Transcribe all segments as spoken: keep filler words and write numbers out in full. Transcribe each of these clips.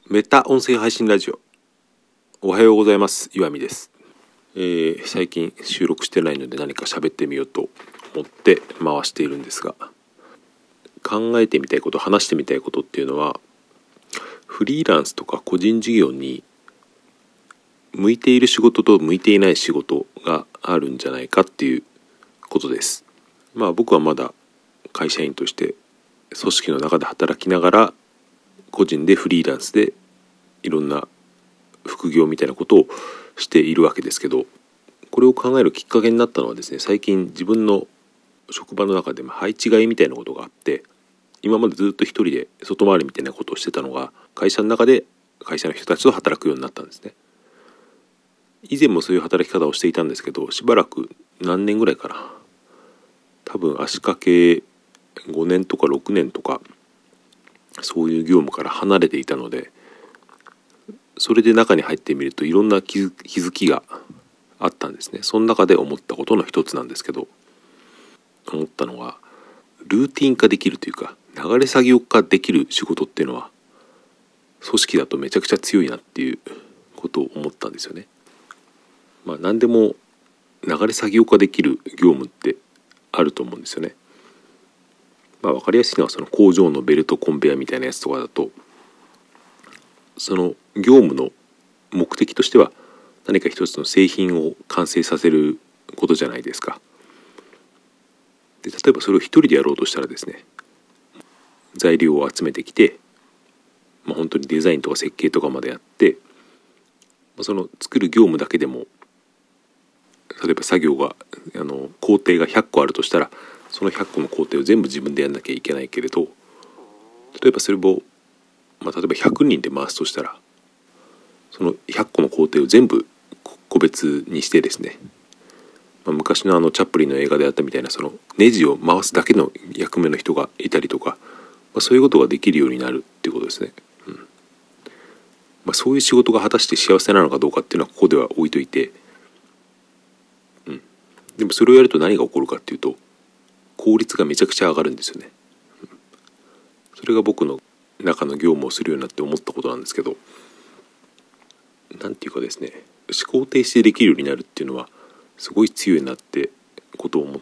メタ音声配信ラジオ、おはようございます。岩見です。えー、最近収録してないので何か喋ってみようと思って回しているんですが、考えてみたいこと、話してみたいことっていうのは、フリーランスとか個人事業に向いている仕事と向いていない仕事があるんじゃないかっていうことです。まあ僕はまだ会社員として組織の中で働きながら個人でフリーランスでいろんな副業みたいなことをしているわけですけど、これを考えるきっかけになったのはですね、最近自分の職場の中で配置換えみたいなことがあって、今までずっと一人で外回りみたいなことをしてたのが、会社の中で会社の人たちと働くようになったんですね。以前もそういう働き方をしていたんですけど、しばらく何年ぐらいかな、多分足掛けごねんとかろくねんとかそういう業務から離れていたので、それで中に入ってみるといろんな気づ気づきがあったんですね。その中で思ったことの一つなんですけど、思ったのは、ルーティン化できるというか流れ作業化できる仕事っていうのは組織だとめちゃくちゃ強いなっていうことを思ったんですよね。まあ何でも流れ作業化できる業務ってあると思うんですよね。まあ分かりやすいのはその工場のベルトコンベヤーみたいなやつとかだと、その業務の目的としては何か一つの製品を完成させることじゃないですか。で例えばそれを一人でやろうとしたらですね、材料を集めてきて、まあ、本当にデザインとか設計とかまでやって、まあ、その作る業務だけでも例えば作業があの工程がひゃっこあるとしたら、そのひゃっこの工程を全部自分でやんなきゃいけないけれど、例えばそれを、まあ、例えばひゃくにんで回すとしたら、そのひゃっこの工程を全部個別にしてですね、まあ、昔のあのチャップリンの映画であったみたいな、そのネジを回すだけの役目の人がいたりとか、まあ、そういうことができるようになるっていうことですね。うんまあ、そういう仕事が果たして幸せなのかどうかっていうのはここでは置いといて、うん、でもそれをやると何が起こるかっていうと、効率がめちゃくちゃ上がるんですよね。うん、それが僕の中の業務をするようになって思ったことなんですけど、なんていうかですね、思考停止でできるようになるっていうのはすごい強いなってことを思って、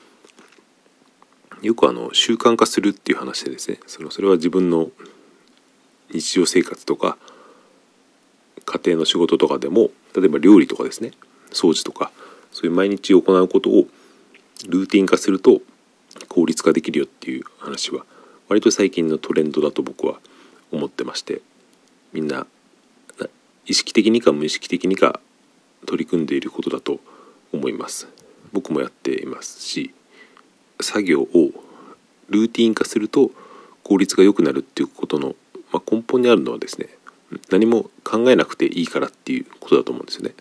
よくあの習慣化するっていう話でですね、そのそれは自分の日常生活とか家庭の仕事とかでも、例えば料理とかですね、掃除とかそういう毎日行うことをルーティン化すると効率化できるよっていう話は割と最近のトレンドだと僕は思ってまして、みんな意識的にか無意識的にか取り組んでいることだと思います。僕もやっていますし、作業をルーティン化すると効率が良くなるっていうことの、まあ、根本にあるのはですね、何も考えなくていいからっていうことだと思うんですよね。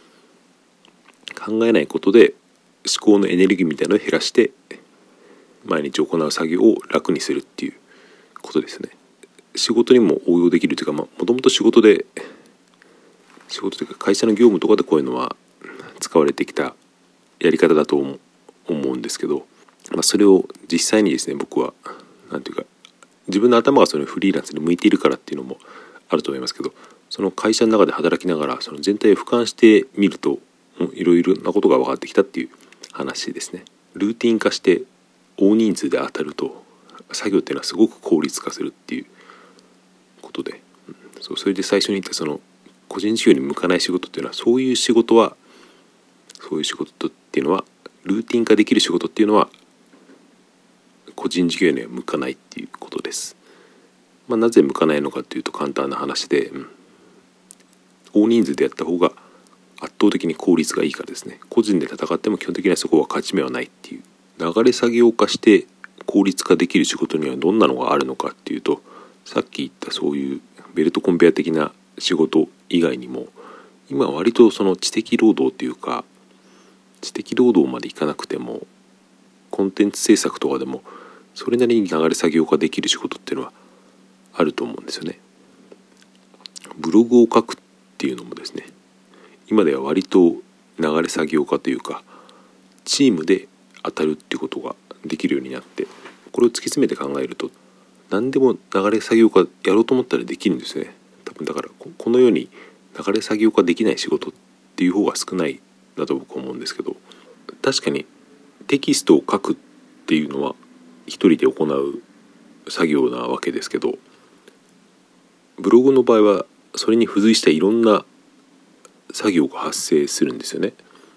考えないことで思考のエネルギーみたいなのを減らして毎日行う作業を楽にするっていうことですね。仕事にも応用できるというか、もともと仕事で仕事というか会社の業務とかでこういうのは使われてきたやり方だと思うんですけど、まあ、それを実際にですね、僕はなんていうか自分の頭がそのフリーランスに向いているからっていうのもあると思いますけど、その会社の中で働きながらその全体を俯瞰してみるといろいろなことが分かってきたっていう話ですね。ルーティン化して大人数で当たると作業っていうのはすごく効率化するっていうことで、うん、そうそれで最初に言ったその個人事業に向かない仕事っていうのは、そういう仕事はそういう仕事っていうのはルーティン化できる仕事っていうのは個人事業には向かないっていうことです。まあ、なぜ向かないのかっていうと簡単な話で、うん、大人数でやった方が圧倒的に効率がいいからですね。個人で戦っても基本的にはそこは勝ち目はないっていう、流れ作業化して効率化できる仕事にはどんなのがあるのかっていうと、さっき言ったそういうベルトコンベヤー的な仕事以外にも、今割とその知的労働というか、知的労働までいかなくてもコンテンツ制作とかでもそれなりに流れ作業化できる仕事っていうのはあると思うんですよね。ブログを書くっていうのもですね、今では割と流れ作業化というかチームで当たるっていうことができるようになって、これを突き詰めて考えると何でも流れ作業化やろうと思ったらできるんですね。多分だからここのように流れ作業化できない仕事っていう方が少ないだと僕は思うんですけど、確かにテキストを書くっていうのは一人で行う作業なわけですけど、ブログの場合はそれに付随したいろんな作業が発生するんですよね。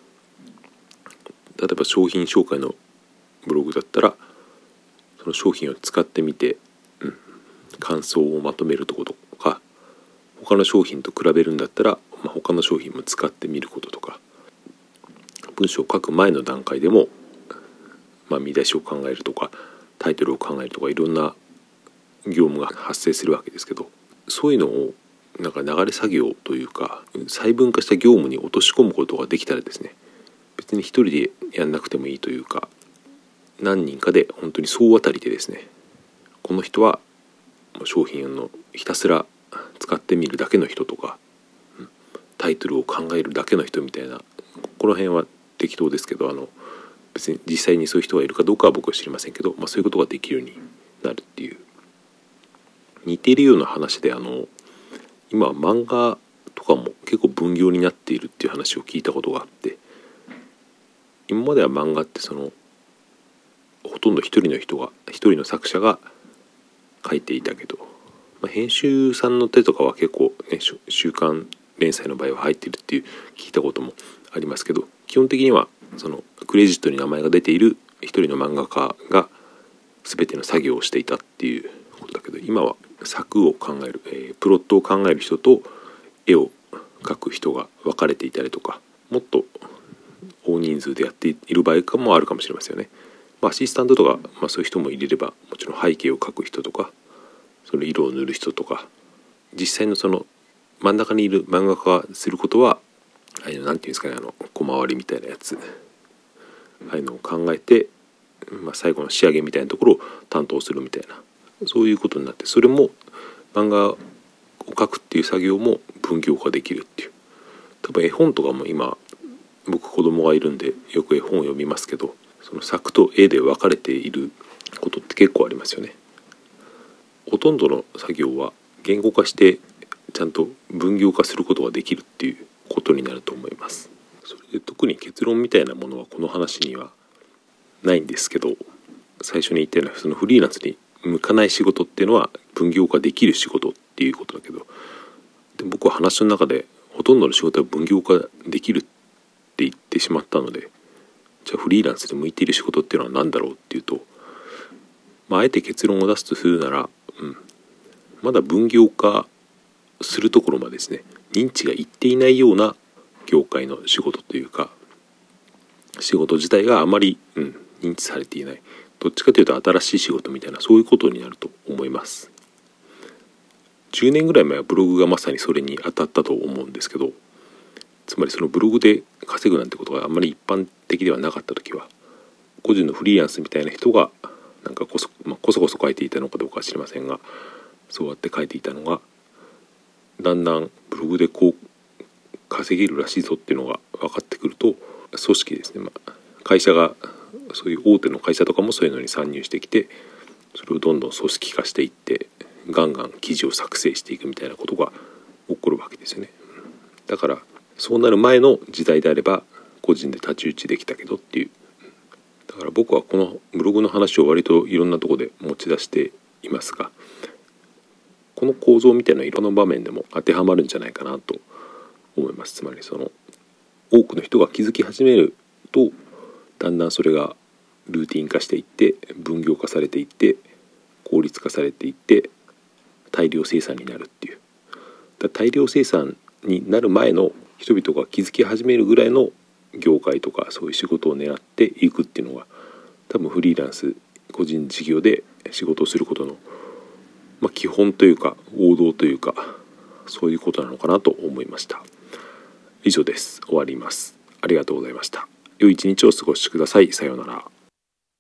例えば商品紹介のブログだったらその商品を使ってみて、うん、感想をまとめるところとか、他の商品と比べるんだったら、まあ、他の商品も使ってみることとか、文章を書く前の段階でも、まあ、見出しを考えるとかタイトルを考えるとかいろんな業務が発生するわけですけど、そういうのをなんか流れ作業というか細分化した業務に落とし込むことができたらですね、別に一人でやんなくてもいいというか、何人かで本当に総当たりでですね、この人は商品のひたすら使ってみるだけの人とか、タイトルを考えるだけの人みたいな、この辺は適当ですけど、あの別に実際にそういう人がいるかどうかは僕は知りませんけど、まあ、そういうことができるようになるっていう、似ているような話で、あの今漫画とかも結構分業になっているっていう話を聞いたことがあって、今までは漫画ってそのほとんど一人の人が一人の作者が書いていたけど、まあ、編集さんの手とかは結構ね、週刊連載の場合は入っているっていう聞いたこともありますけど、基本的にはそのクレジットに名前が出ている一人の漫画家が全ての作業をしていたっていうことだけど、今は作を考える、えー、プロットを考える人と絵を描く人が分かれていたりとか、もっと大人数でやっている場合もあるかもしれませんよね。まあ、アシスタントとか、まあ、そういう人も入れれば、もちろん背景を描く人とかその色を塗る人とか、実際のその真ん中にいる漫画家がすることはああいうのなんていうんですかね、あの小回りみたいなやつ、ああいうのを考えて、まあ、最後の仕上げみたいなところを担当するみたいな、そういうことになって、それも漫画を描くっていう作業も分業化できるっていう。多分絵本とかも今僕子供がいるんでよく絵本を読みますけど、その作と絵で分かれていることって結構ありますよね。ほとんどの作業は言語化してちゃんと分業化することができるっていうことになると思います。それで特に結論みたいなものはこの話にはないんですけど、最初に言ったようなそのフリーランスに向かない仕事っていうのは分業化できる仕事っていうことだけど、で僕は話の中でほとんどの仕事は分業化できるって言ってしまったので、じゃあフリーランスで向いている仕事っていうのは何だろうっていうと、まあ、あえて結論を出すとするなら、うん、まだ分業化するところまでですね、認知がいっていないような業界の仕事というか、仕事自体があまり、うん、認知されていない、どっちかというと新しい仕事みたいな、そういうことになると思います。じゅうねんぐらい前はブログがまさにそれに当たったと思うんですけど、つまりそのブログで稼ぐなんてことがあんまり一般的ではなかった時は、個人のフリーランスみたいな人がなんかこそ、まあ、こそこそ書いていたのかどうかは知りませんが、そうやって書いていたのが、だんだんブログでこう稼げるらしいぞっていうのが分かってくると、組織ですね、まあ、会社がそういう大手の会社とかもそういうのに参入してきて、それをどんどん組織化していってガンガン記事を作成していくみたいなことが起こるわけですよね。だからそうなる前の時代であれば個人で太刀打ちできたけどっていう、だから僕はこのブログの話を割といろんなところで持ち出していますが、この構造みたいな色の場面でも当てはまるんじゃないかなと思います。つまりその多くの人が気づき始めると、だんだんそれがルーティン化していって分業化されていって効率化されていって大量生産になるっていう。だ大量生産になる前の人々が気づき始めるぐらいの業界とかそういう仕事を狙っていくっていうのが、多分フリーランス個人事業で仕事をすることの、まあ、基本というか王道というか、そういうことなのかなと思いました。以上です。終わります。ありがとうございました。良い一日をお過ごしください。さようなら。